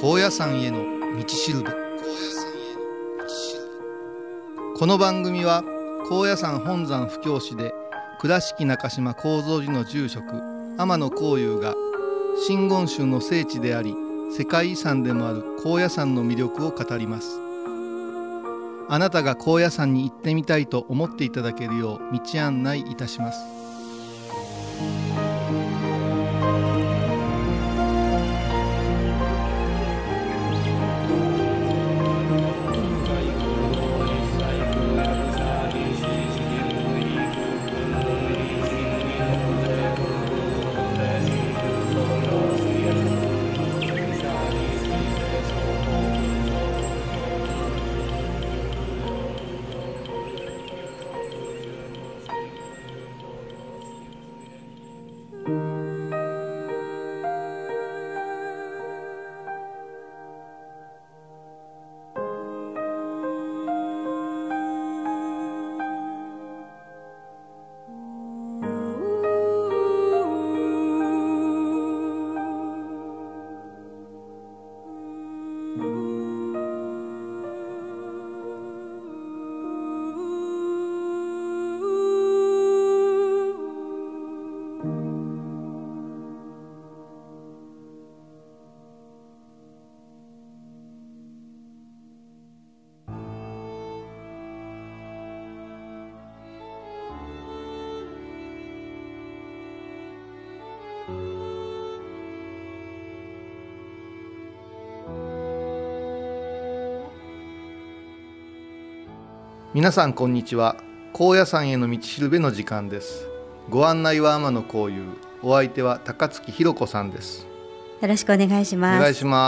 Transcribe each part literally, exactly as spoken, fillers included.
高野山への道しるべ。この番組は高野山本山布教師で倉敷中島高蔵寺の住職天野幸雄が真言宗の聖地であり世界遺産でもある高野山の魅力を語ります。あなたが高野山に行ってみたいと思っていただけるよう道案内いたします。皆さんこんにちは。高野山への道しるべの時間です。ご案内は天野幸雄、お相手は高槻弘子さんです。 よろしくお願いします。 お願いします。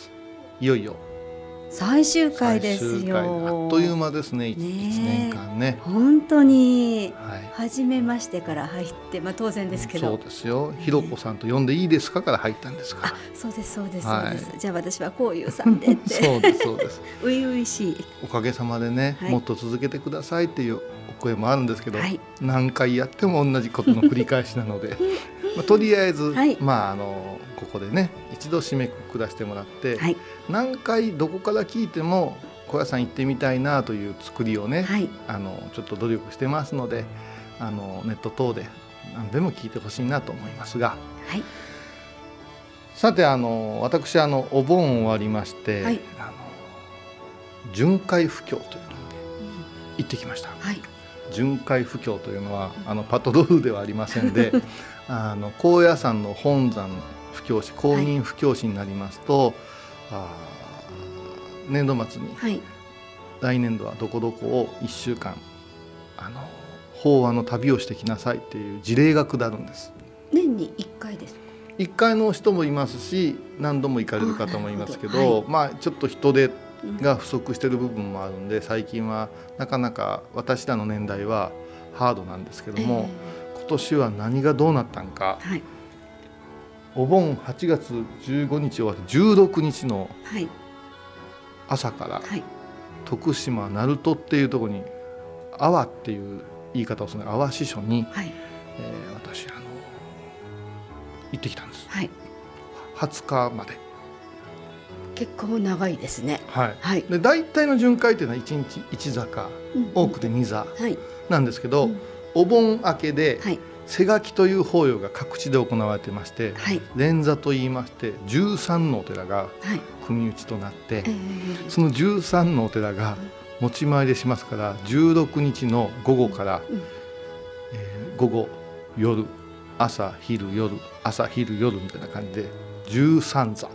いよいよ最終回ですよ。 最終回、あっという間ですね。いちねんかんね。 本当に、 はい、 初めましてから入って、まあ、当然ですけど。 そうですよ。弘子さんと呼んでいいですかから入ったんですから。 あ、そうですそうです、 はい、 そうです。じゃあ私は幸雄さんでってそうですそうです。 初々しい。 おかげさまでね、はい、もっと続けてくださいっていうお声もあるんですけど、はい、何回やっても同じことの繰り返しなのでまあ、とりあえず、はい、まあ、あのここでね一度締めくくらせてもらって、はい、何回どこから聞いても高野山行ってみたいなという作りをね、はい、あのちょっと努力してますので、あのネット等で何でも聞いてほしいなと思いますが、はい、さてあの私あのお盆終わりまして、はい、あの巡回布教というのに行ってきました。はい、巡回布教というのはあのパトロールではありませんであの高野山の本山布教師公認布教師になりますと、はい、あ年度末に、はい、来年度はどこどこをいっしゅうかんあの法話の旅をしてきなさいっていう事例が下るんです。 年にいっかいですか？ いっかいの人もいますし何度も行かれる方もいますけど、はい、まあ、ちょっと人手が不足している部分もあるんで、最近はなかなか私らの年代はハードなんですけども、えー、今年は何がどうなったんか、はい、お盆はちがつじゅうごにち終わってじゅうろくにちの朝から、はい、徳島鳴門っていうところに阿波っていう言い方をする阿波支所に、はい、えー、私あの行ってきたんです、はい、はつかまで。 結構長いですね。 はいはい、で大体の巡回というのはいちにちいちざか、うんうん、多くてにざなんですけど、はい、お盆明けで、はい、瀬垣という法要が各地で行われていまして、はい、連座といいましてじゅうさんのお寺が組打ちとなって、はい、そのじゅうさんのお寺が持ち回りしますから、じゅうろくにちの午後から、うん、えー、午後夜朝昼夜朝昼夜みたいな感じでじゅうさんざ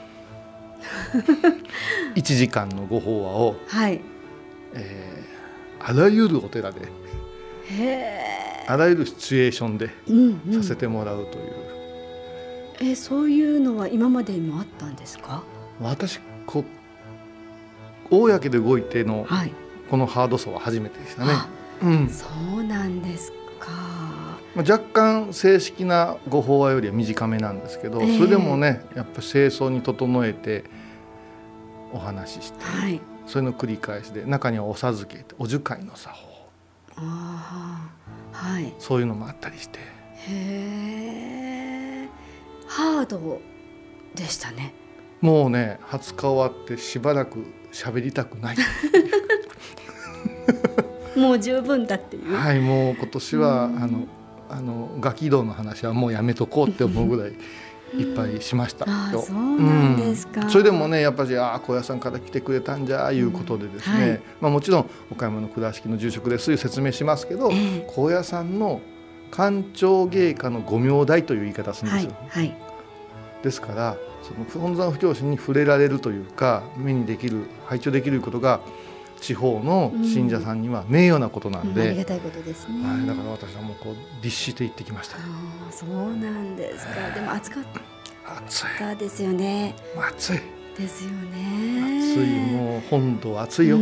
いちじかんのご法話を、はい、えー、あらゆるお寺でへあらゆるシチュエーションでさせてもらうという、うんうん、 えそういうのは今までにもあったんですか？ 私こ公で動いての、はい、このハードさは初めてでしたね。 うん、そうなんですか。 若干正式なご法話よりは短めなんですけど、えー、それでもねやっぱ清掃に整えてお話しして、はい、それの繰り返しで、中にはお授けお受会の作法、あ、はい、そういうのもあったりして、 へー、ハードでしたね。 もうねはつか終わってしばらく喋りたくないもう十分だっていう。 はい、もう今年はあのあのガキ道の話はもうやめとこうって思うぐらいいっぱいしましたよ。 あ、そうなんですか。 うん、それでもねやっぱりあ高野山から来てくれたんじゃいうことでですね、うんはい、まあ、もちろん岡山の倉敷の住職ですという説明しますけど、えー、高野山の官庁芸家のご名代という言い方するんですよ、はいはい、ですからその本山布教師に触れられるというか目にできる拝聴できることが地方の信者さんには名誉なことなんで、 うんうん、ありがたいことですね、 はい、だから私はもうこう律して行ってきました。 あ、そうなんですか、えー、でも暑かったですよね。 暑いですよね。 暑い、もう本土暑いよ、はい、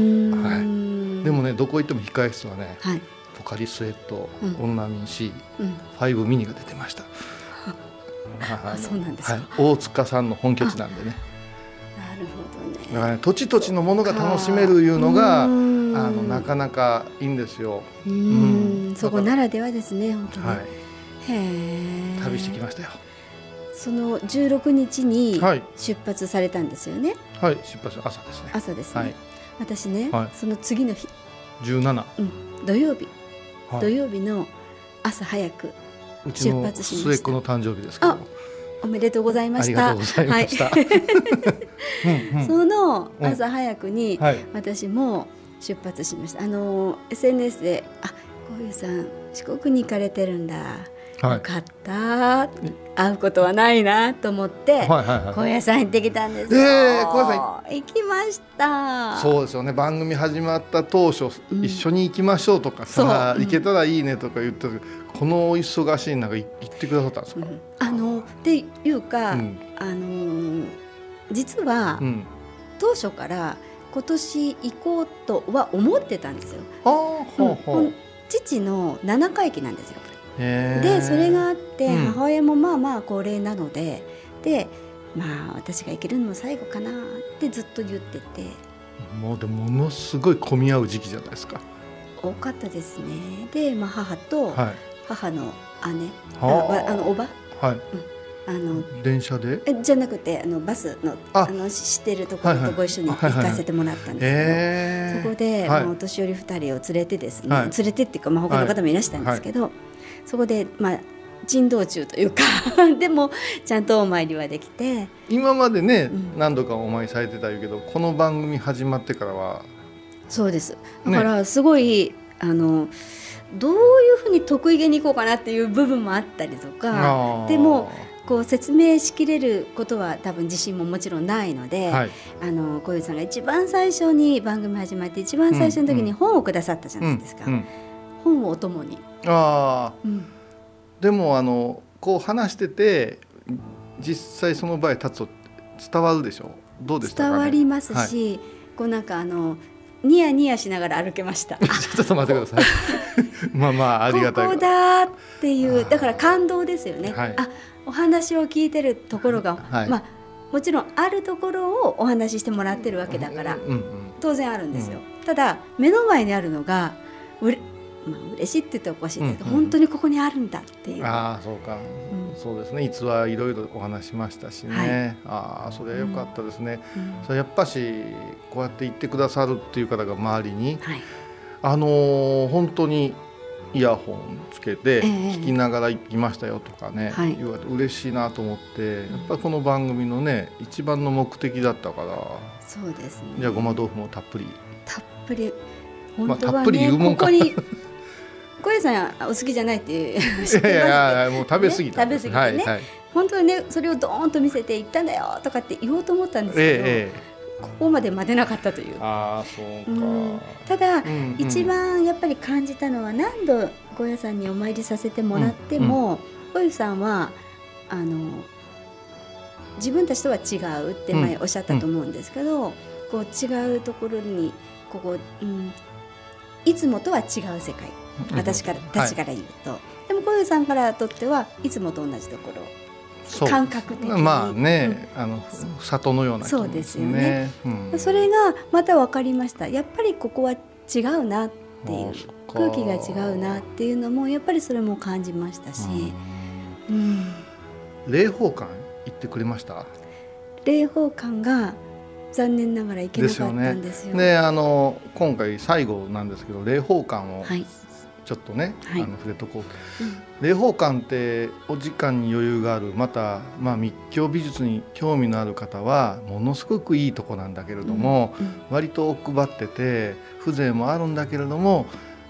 でもねどこ行っても控え室はね、はい、ポカリスエット、うん、オンナミン C、うん、ファイブミニが出てました。 あ、そうなんですか、はい、 大塚さんの本拠地なんでね。 なるほどね。 だからね土地土地のものが楽しめるいうのがあのなかなかいいんですよ。 うん、うん、そこならではですね本当に、はい、へえ旅してきましたよ。 そのじゅうろくにちに出発されたんですよね。 はい、出発朝ですね。 朝ですね、はい、私ね、はい、その次の日じゅうなな、 うん、土曜日、はい、土曜日の朝早く出発しました。 うちの末っ子の誕生日ですけど、 おめでとうございました。 ありがとうございました、はいうん、うん、その朝早くに私も出発しました。あの エスエヌエス であ、こういうさん四国に行かれてるんだ、はい、よかった、会うことはないなと思って、はいはいはい、高野山行ってきたんですよ、えー、高野山行きました。 そうですよね、番組始まった当初、うん、一緒に行きましょうとかさ、うん、行けたらいいねとか言ってる、この忙しい中行ってくださったんですか。うん、 あのっていうか、うん、あの実は、うん、当初から今年行こうとは思ってたんですよ。はあ、うん、ほう父のななかい忌なんですよ。でそれがあって、うん、母親もまあまあ高齢なので、でまあ私が行けるのも最後かなってずっと言ってて、 もうでもものすごい混み合う時期じゃないですか。 多かったですね。で、まあ、母と母の姉、はい、あ, あのおば、はい、うん、あの電車でえじゃなくてあのバスのあのしてるところとご一緒に行かせてもらったんですけど、そこで、はい、まあ、お年寄りふたりを連れてですね、はい、連れてっていうか、まあ、他の方もいらしたんですけど、はいはい、そこで、まあ、珍道中というかでもちゃんとお参りはできて、 今までね、うん、何度かお参りされてたけど、この番組始まってからはそうです。だからすごい、ね、あのどういうふうに得意げに行こうかなっていう部分もあったりとか、でもこう説明しきれることは多分自信ももちろんないので、はい、あの小遊さんが一番最初に番組始まって一番最初の時に本をくださったじゃないですか、うんうん、本をお供に。 あ、うん、でもあのこう話してて実際その場合立つと伝わるでしょう。どうでしたかね。 伝わりますし、はい、こうなんかあのニヤニヤしながら歩けました。ちょっと待ってくださいまあまあありがたい。 ここだっていう、だから感動ですよね、はい、あ、お話を聞いてるところが、はい、まあ、もちろんあるところをお話ししてもらってるわけだから、うんうん、当然あるんですよ、うん、ただ目の前にあるのがうれ、まあ、嬉しいって言っておかしいけど、うんうん、本当にここにあるんだっていう。 ああ、そうか、うん、そうですね。逸話いろいろお話しましたしね、はい、ああ、それは良かったですね、うんうん、それやっぱしこうやって言ってくださるっていう方が周りに、はい、あのー、本当にイヤホンつけて聞きながら行きましたよとかね、えー、言われて嬉しいなと思って、やっぱりこの番組のね一番の目的だったから。 そうですね。 じゃあごま豆腐もたっぷりたっぷり本当はね、 まあ、たっぷり言うもんか。 ここに小遊さんお好きじゃないっていう知ってますけど、いやいやもう食べ過ぎたんです、ね、食べ過ぎてね、はいはい、本当はねそれをドーンと見せて行ったんだよとかって言おうと思ったんですけど、ええ、ここまで待てなかったという。 あ、そうか、うん、 ただ、うんうん、一番やっぱり感じたのは何度小遊さんにお参りさせてもらっても、うんうん、小遊さんはあの自分たちとは違うって前おっしゃったと思うんですけど、うんうん、こう違うところにここ、うん、いつもとは違う世界、私からたちから言うと、はい、でも小遊さんからとってはいつもと同じところ、感覚的に、 まあね、うん、あの里のような気持ちですね。そうですよね、 うん、それがまた分かりました。やっぱりここは違うなっていう、空気が違うなっていうのもやっぱりそれも感じましたし、うん、 霊宝館行ってくれました？ 霊宝館が残念ながら行けなかったんですよ。 ですよね。であの今回最後なんですけど霊宝館をちょっとね、はい、あの触れとこう、うん、霊宝館ってお時間に余裕がある、また、まあ、密教美術に興味のある方はものすごくいいとこなんだけれども、うんうん、割と奥ばってて風情もあるんだけれども、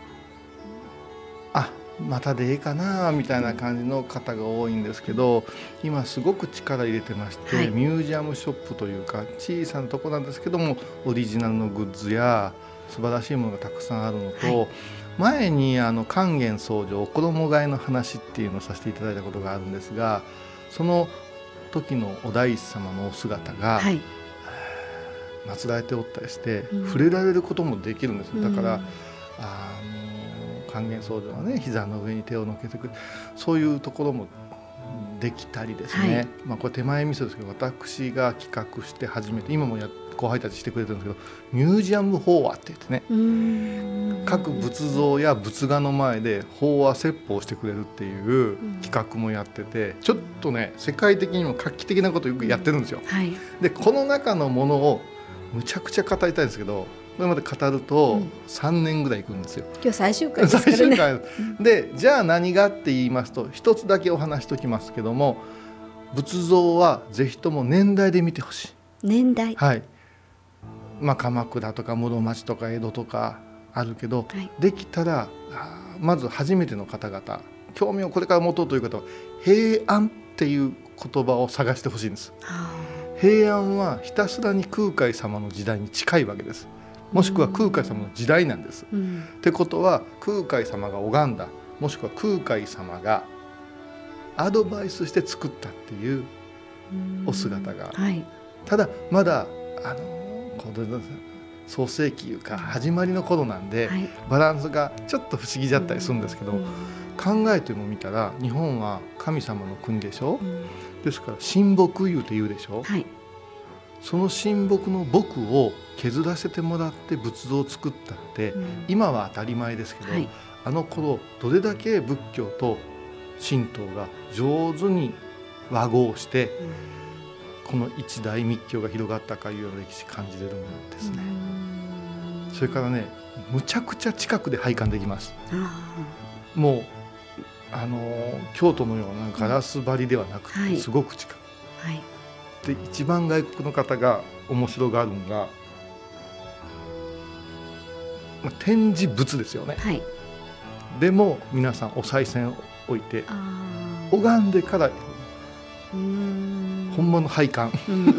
あまたでええかなみたいな感じの方が多いんですけど、今すごく力入れてまして、はい、ミュージアムショップというか小さなとこなんですけどもオリジナルのグッズや素晴らしいものがたくさんあるのと、はい、前にあの勸玄僧正お衣替えの話っていうのをさせていただいたことがあるんですが、その時のお大師様のお姿が、はい、祀られておったりして、うん、触れられることもできるんですよ。だから、うん、あ勸玄僧正はね膝の上に手を乗っけてくる、そういうところもできたりですね、はい、まあ、これ手前味噌ですけど私が企画して初めて今もや後輩たちしてくれてるんですけどミュージアム法話って言ってね、うーん各仏像や仏画の前で法話説法してくれるっていう企画もやってて、ちょっとね世界的にも画期的なことをよくやってるんですよ、はい、でこの中のものをむちゃくちゃ語りたいんですけどこれまで語るとさんねんぐらいいくんですよ、うん、 今日最終回ですからね。 最終回でじゃあ何がって言いますと一つだけお話しときますけども、仏像はぜひとも年代で見てほしい。 年代、 はい、まあ、鎌倉とか室町とか江戸とかあるけど、はい、できたらまず初めての方々興味をこれから持とうという方は平安っていう言葉を探してほしいんです。平安はひたすらに空海様の時代に近いわけです。もしくは空海様の時代なんです、うん、ってことは空海様が拝んだ、もしくは空海様がアドバイスして作ったっていうお姿が、はい、ただまだあのこの創世紀いうか始まりの頃なんで、はい、バランスがちょっと不思議だったりするんですけど、考えてもみたら日本は神様の国でしょ、うん、ですから神木言うて言うでしょ、はい、その神木の木を削らせてもらって仏像を作ったって、うん、今は当たり前ですけど、はい、あの頃どれだけ仏教と神道が上手に和合して、うん、この一大密教が広がったかいうような歴史感じれるものですね。それからねむちゃくちゃ近くで拝観できます。もうあの京都のようなガラス張りではなくて、はい、すごく近く、はい、で一番外国の方が面白がるのが、まあ、展示物ですよね、はい、でも皆さんお賽銭を置いて拝んでから本物拝観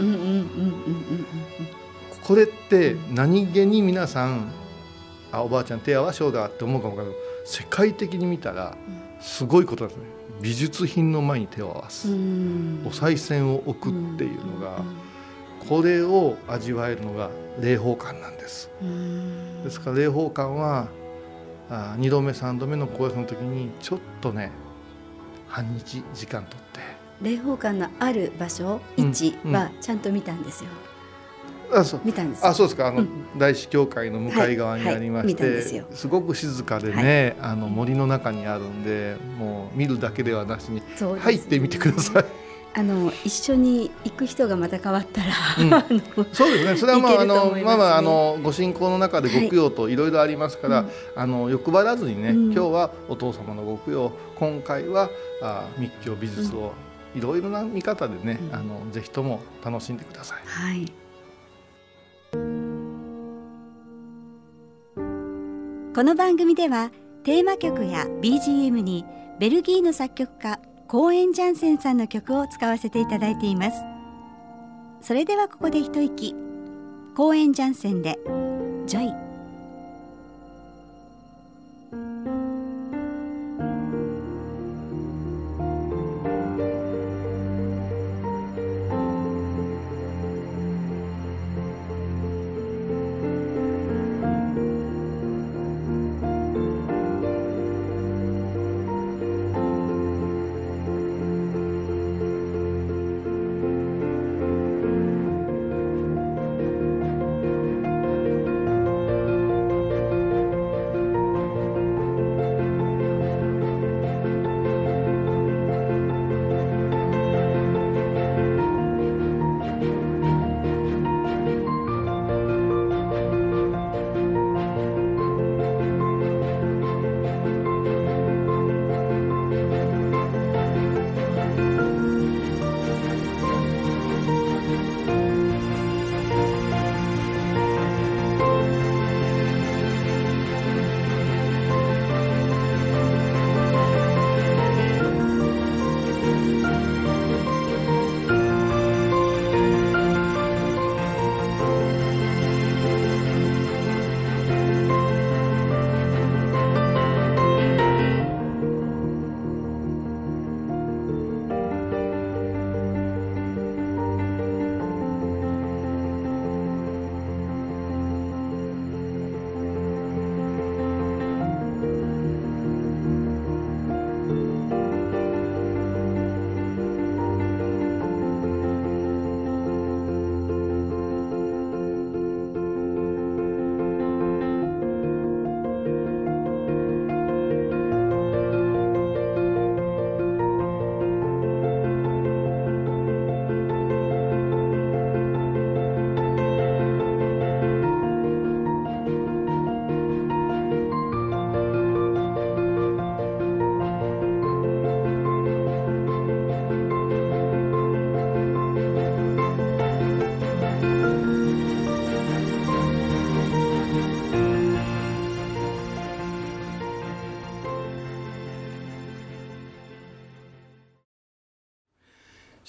これって何気に皆さんあおばあちゃん手合わしょうだって思うかもわからないけど世界的に見たらすごいことですね。美術品の前に手を合わす、お賽銭を置くっていうのが、これを味わえるのが霊宝館なんです。ですから霊宝館はあにどめさんどめの高野山の時にちょっとね半日時間とって霊宝館のある場所、位置はちゃんと見たんですよ、うんうん、 あそう見たんですあそうですか。あの、うん、大師教会の向かい側にありまして、はいはい、す, すごく静かでね、はい、あの森の中にあるんでもう見るだけではなしに入ってみてください。 あの一緒に行く人がまた変わったら、 うん、そうですね。それはまああのまあまああのご信仰の中でご供養といろいろありますから、はい、あの欲張らずにね、うん、今日はお父様のご供養、今回はあ密教美術をいろいろな見方でね、うん、あのぜひとも楽しんでください。はい。 この番組ではテーマ曲や ビージーエム にベルギーの作曲家コーエン・ジャンセンさんの曲を使わせていただいています。それではここで一息、コーエン・ジャンセンでジョイ。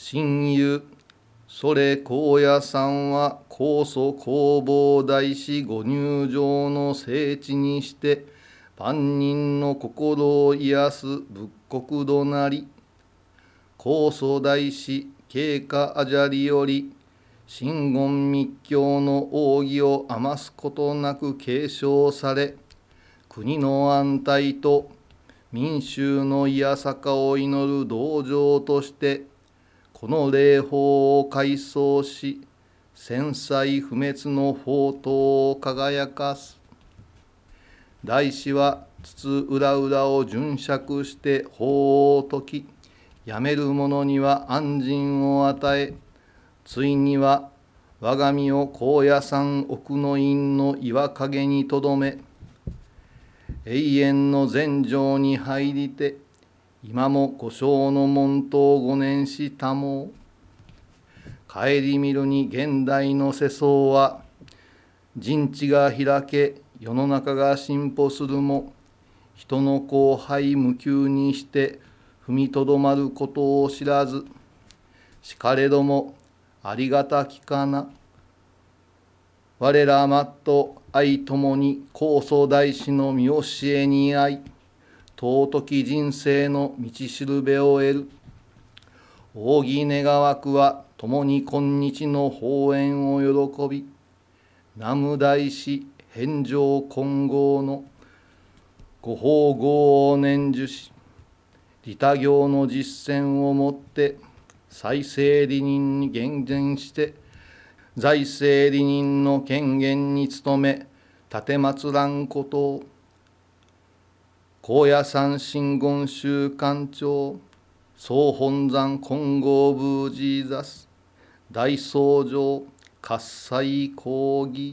親友それ高野山は高祖弘法大師ご入場の聖地にして万人の心を癒す仏国土なり、高祖大師慶華阿闍梨より真言密教の奥義を余すことなく継承され、国の安泰と民衆のいやさかを祈る道場としてこの霊法を改装し、戦災不滅の宝刀を輝かす。大師は筒裏裏を殉釈して法を説き、やめる者には安心を与え、ついには我が身を高野山奥の院の岩陰にとどめ、永遠の禅定に入りて、今も五正の門徒五年したも帰り見るに現代の世相は、人知が開け世の中が進歩するも、人の後輩無給にして踏みとどまることを知らず、しかれどもありがたきかな。我らまっと愛ともに高祖大師の見教えにあい、尊き人生の道しるべを得る。扇願わくは共に今日の法縁を喜び、南無大師返上金剛のご法号を念受し、利他行の実践をもって再生理任に厳然して財政理任の権限に努め奉らんことを、高野山真言宗館長総本山金剛宮ジーザス大僧正喝采講義。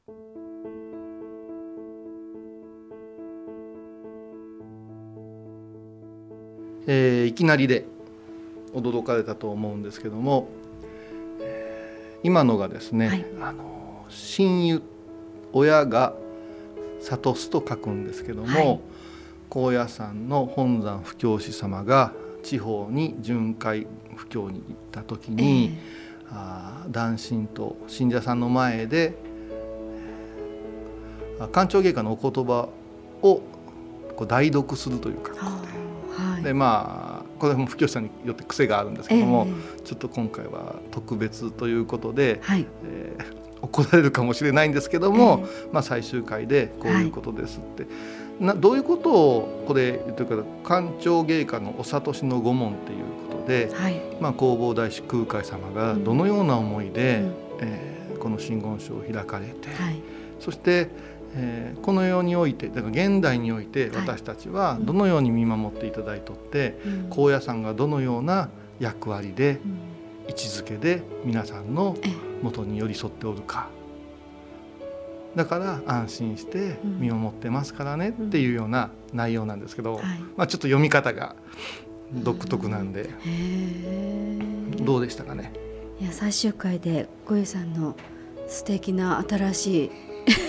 えー、いきなりで驚かれたと思うんですけども、今のがですね、はい、あの親友、親が諭すと書くんですけども、はい、高野山の本山布教師様が地方に巡回布教に行った時に、えー、あ談信と信者さんの前で官庁芸家のお言葉をこう代読するというか、はい、でまあこれも布教師さんによって癖があるんですけども、えー、ちょっと今回は特別ということで、はい、えー、怒られるかもしれないんですけども、えーまあ、最終回でこういうことですって、はい、などういうことをこれ言ってるか、官庁芸家のお諭しの御門っていうことで、はい、まあ、弘法大師空海様がどのような思いで、うんえー、この真言宗を開かれて、はい、そしてえー、この世において、だから現代において私たちはどのように見守っていただいとって、はい、高野山がどのような役割で、うん、位置づけで皆さんの元に寄り添っておるか、だから安心して見守ってますからねっていうような内容なんですけど、うんはい、まあ、ちょっと読み方が独特なんで、うん、どうでしたかね。 いや、最終回でゴユさんの素敵な新しい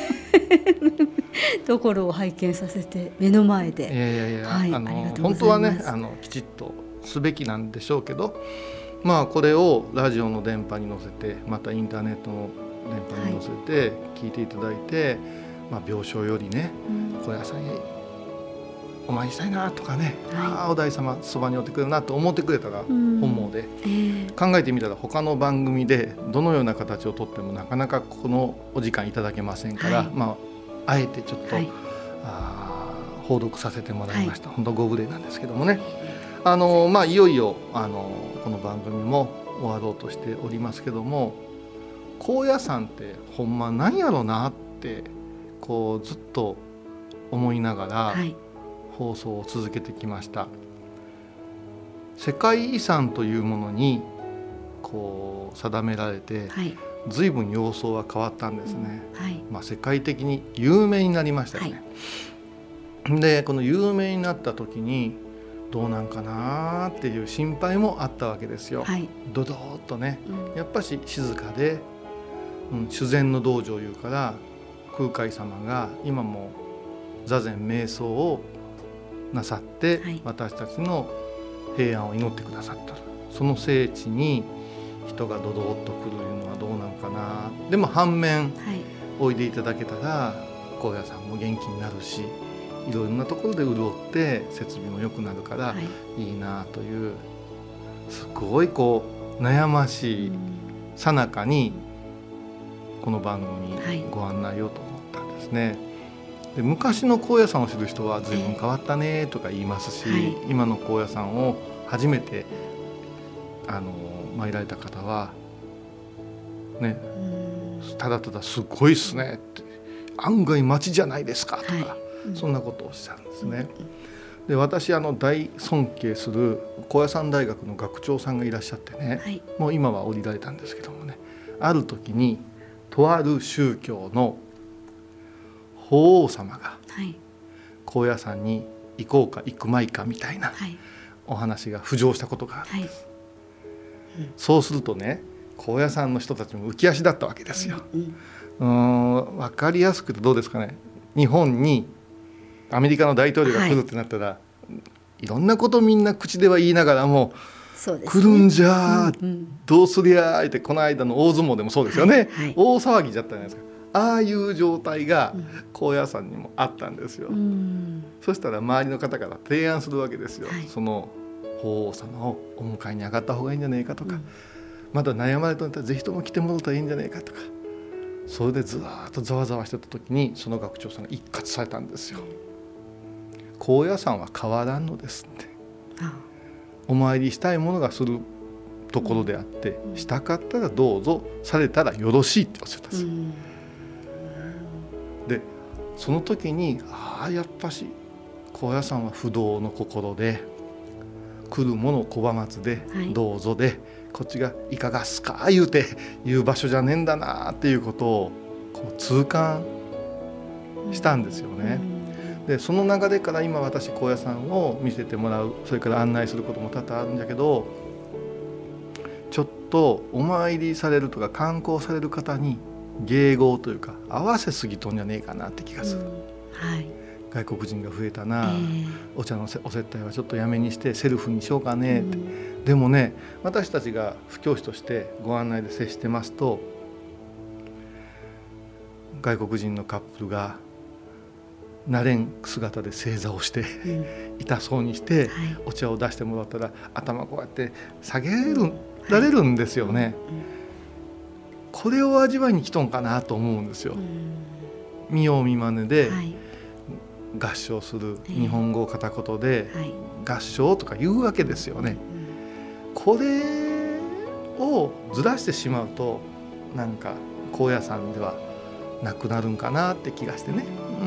ところを拝見させて目の前で、 いやいやいや、はい、あの本当はね、あのきちっとすべきなんでしょうけど、まあこれをラジオの電波に乗せて、またインターネットの電波に乗せて聞いていただいて、はい、まあ、病床よりね、うん、高野山へお参りしたいなとかね、はい、ああお大師様そばにおってくれるなと思ってくれたら本望で、えー、考えてみたら他の番組でどのような形をとってもなかなかこのお時間いただけませんから、はい、まあ、あえてちょっと、はい、あ報読させてもらいました、はい、本当ご無礼なんですけどもね、あの、まあ、いよいよあのこの番組も終わろうとしておりますけども、高野山ってほんま何やろなってこうずっと思いながら、はい、放送を続けてきました。世界遺産というものにこう定められて、はい、随分様相は変わったんですね、はい、まあ、世界的に有名になりましたよね、はい、でこの有名になった時にどうなんかなっていう心配もあったわけですよ、はい、ドドーッとね、うん、やっぱし静かで、うん、修禅の道場いうから空海様が今も座禅瞑想をなさって、はい、私たちの平安を祈ってくださった。 その聖地に人がドドーッと来るのはどうなんかな。でも反面、はい、おいでいただけたら高野山も元気になるし、いろんなところで潤って設備も良くなるからいいなという、すごいこう悩ましいさなかにこの番組にご案内をと思ったんですね。で、昔の高野山を知る人は随分変わったねとか言いますし、えーはい、今の高野山を初めてあの参られた方はね、ただただすごいっすねって、案外町じゃないですかとか、はい、そんなことをおっしゃるんですね。で、私あの大尊敬する高野山大学の学長さんがいらっしゃってね、はい、もう今は降りられたんですけどもね、ある時にとある宗教の法皇様が高野山に行こうか行くまいかみたいなお話が浮上したことがあるんです、はい、うん、そうするとね、高野山の人たちも浮き足だったわけですよ、うんうん、うーん、分かりやすくてどうですかね、日本にアメリカの大統領が来るってなったら、はい、いろんなことみんな口では言いながらも、そうですね、来るんじゃー、うんうん、どうすりゃーって、この間の大相撲でもそうですよね、はいはい、大騒ぎじゃったじゃないですか。ああいう状態が高野山にもあったんですよ、うん、そしたら周りの方から提案するわけですよ、はい、その法皇様をお迎えに上がった方がいいんじゃないかとか、うん、まだ悩まれたんだったらぜひとも来てもらったらいいんじゃないかとか、それでずーっとざわざわしてた時にその学長さんが一喝されたんですよ。高野山は変わらんのですって、お参りしたいものがするところであって、うん、したかったらどうぞ、されたらよろしいっておっしゃったんですよ、うん、でその時に、ああやっぱし高野山は不動の心で、来るもの拒まずで、はい、どうぞで、こっちがいかがっすか言うて言う場所じゃねえんだなっていうことをこう痛感したんですよね、うん、でその流れから今私高野山を見せてもらう、それから案内することも多々あるんだけど、ちょっとお参りされるとか観光される方に迎合というか合わせすぎとんじゃねえかなって気がする、うん、はい、外国人が増えたな、えー、お茶のお接待はちょっとやめにしてセルフにしようかねって、うん、でもね、私たちが布教師としてご案内で接してますと、外国人のカップルが慣れん姿で正座をして、うん、痛そうにして、はい、お茶を出してもらったら頭こうやって下げる、られるんですよね、はい、うん、これを味わいに来とんかなと思うんですよ、うん、見よう見まねで、はい、合唱する、日本語を片言で合唱とか言うわけですよね、はい、これをずらしてしまうとなんか高野山ではなくなるんかなって気がしてね、うん、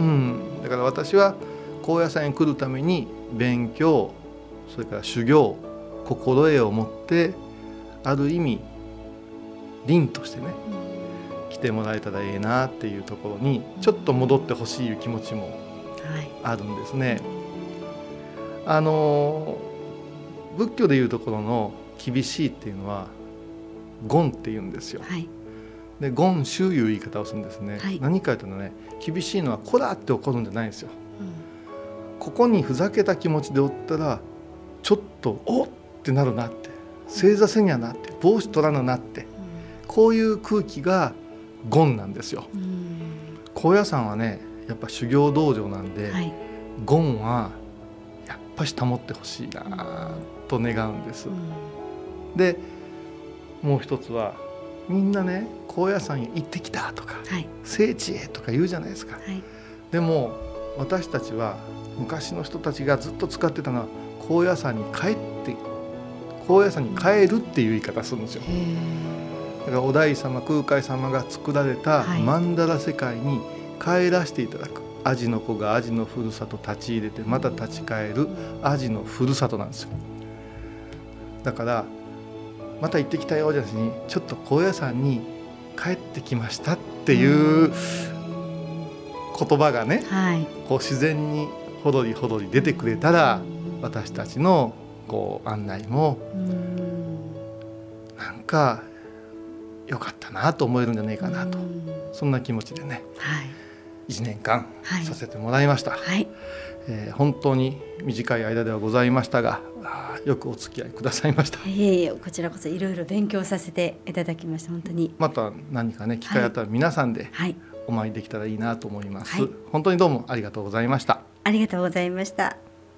だから私は高野山に来るために勉強、それから修行、心得を持ってある意味凛としてね、来てもらえたらええなっていうところにちょっと戻ってほしい気持ちもあるんですね、はい、あの仏教でいうところの厳しいっていうのは厳って言うんですよ、はい、で厳宗いう言い方をするんですね、はい、何かというとね、厳しいのはこらって怒るんじゃないんですよ、うん、ここにふざけた気持ちでおったらちょっとおっってなるなって、正座せにゃなって、帽子取らななって、うん、こういう空気が厳なんですよ、うん、高野山はねやっぱ修行道場なんで、はい、厳はやっぱし保ってほしいなと願うんです、うん、でもう一つはみんなね高野山へ行ってきたとか、はい、聖地へとか言うじゃないですか、はい、でも私たちは昔の人たちがずっと使ってたのは高野山に帰って高野山に帰るっていう言い方するんですよ。だからお大師様空海様が作られた曼荼羅世界に帰らせていただく、アジの子がアジのふるさと立ち入れてまた立ち返るアジのふるさとなんですよ。だからまた行ってきたよじゃなしにちょっと高野山に帰ってきましたっていう言葉がね、はい、こう自然にほどりほどり出てくれたら私たちのこう案内もなんか良かったなと思えるんじゃないかなと、そんな気持ちでね、はい、いちねんかんさせてもらいました、はい、えー、本当に短い間ではございましたがよくお付き合いくださいました。 いえいえ、こちらこそいろいろ勉強させていただきました。本当にまた何かね機会あったら皆さんでお参りできたらいいなと思います、はい、本当にどうもありがとうございました。 ありがとうございました。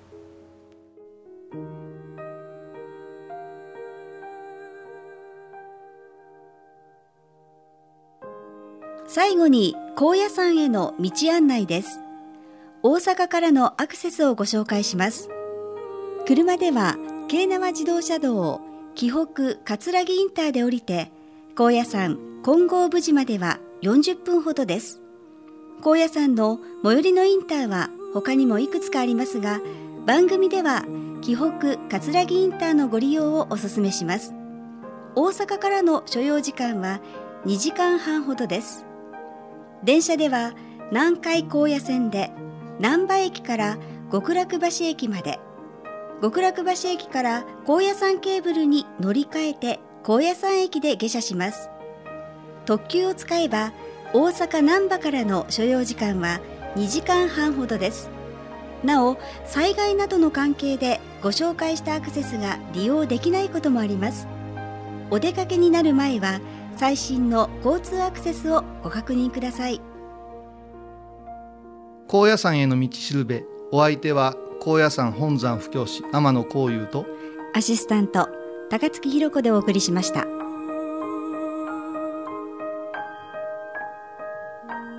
最後に高野山への道案内です。大阪からのアクセスをご紹介します。車では京奈和自動車道紀北葛城インターで降りて、高野山金剛無寺まではよんじゅっぷんほどです。高野山の最寄りのインターは他にもいくつかありますが、番組では紀北葛城インターのご利用をお勧めします。大阪からの所要時間はにじかんはんほどです。電車では南海高野線で難波駅から極楽橋駅まで、極楽橋駅から高野山ケーブルに乗り換えて高野山駅で下車します。特急を使えば大阪難波からの所要時間はにじかんはんほどです。なお、災害などの関係でご紹介したアクセスが利用できないこともあります。お出かけになる前は最新の交通アクセスをご確認ください。 高野山への道しるべ、お相手は高野山本山布教師天野幸雄とアシスタント高槻ひろ子でお送りしました。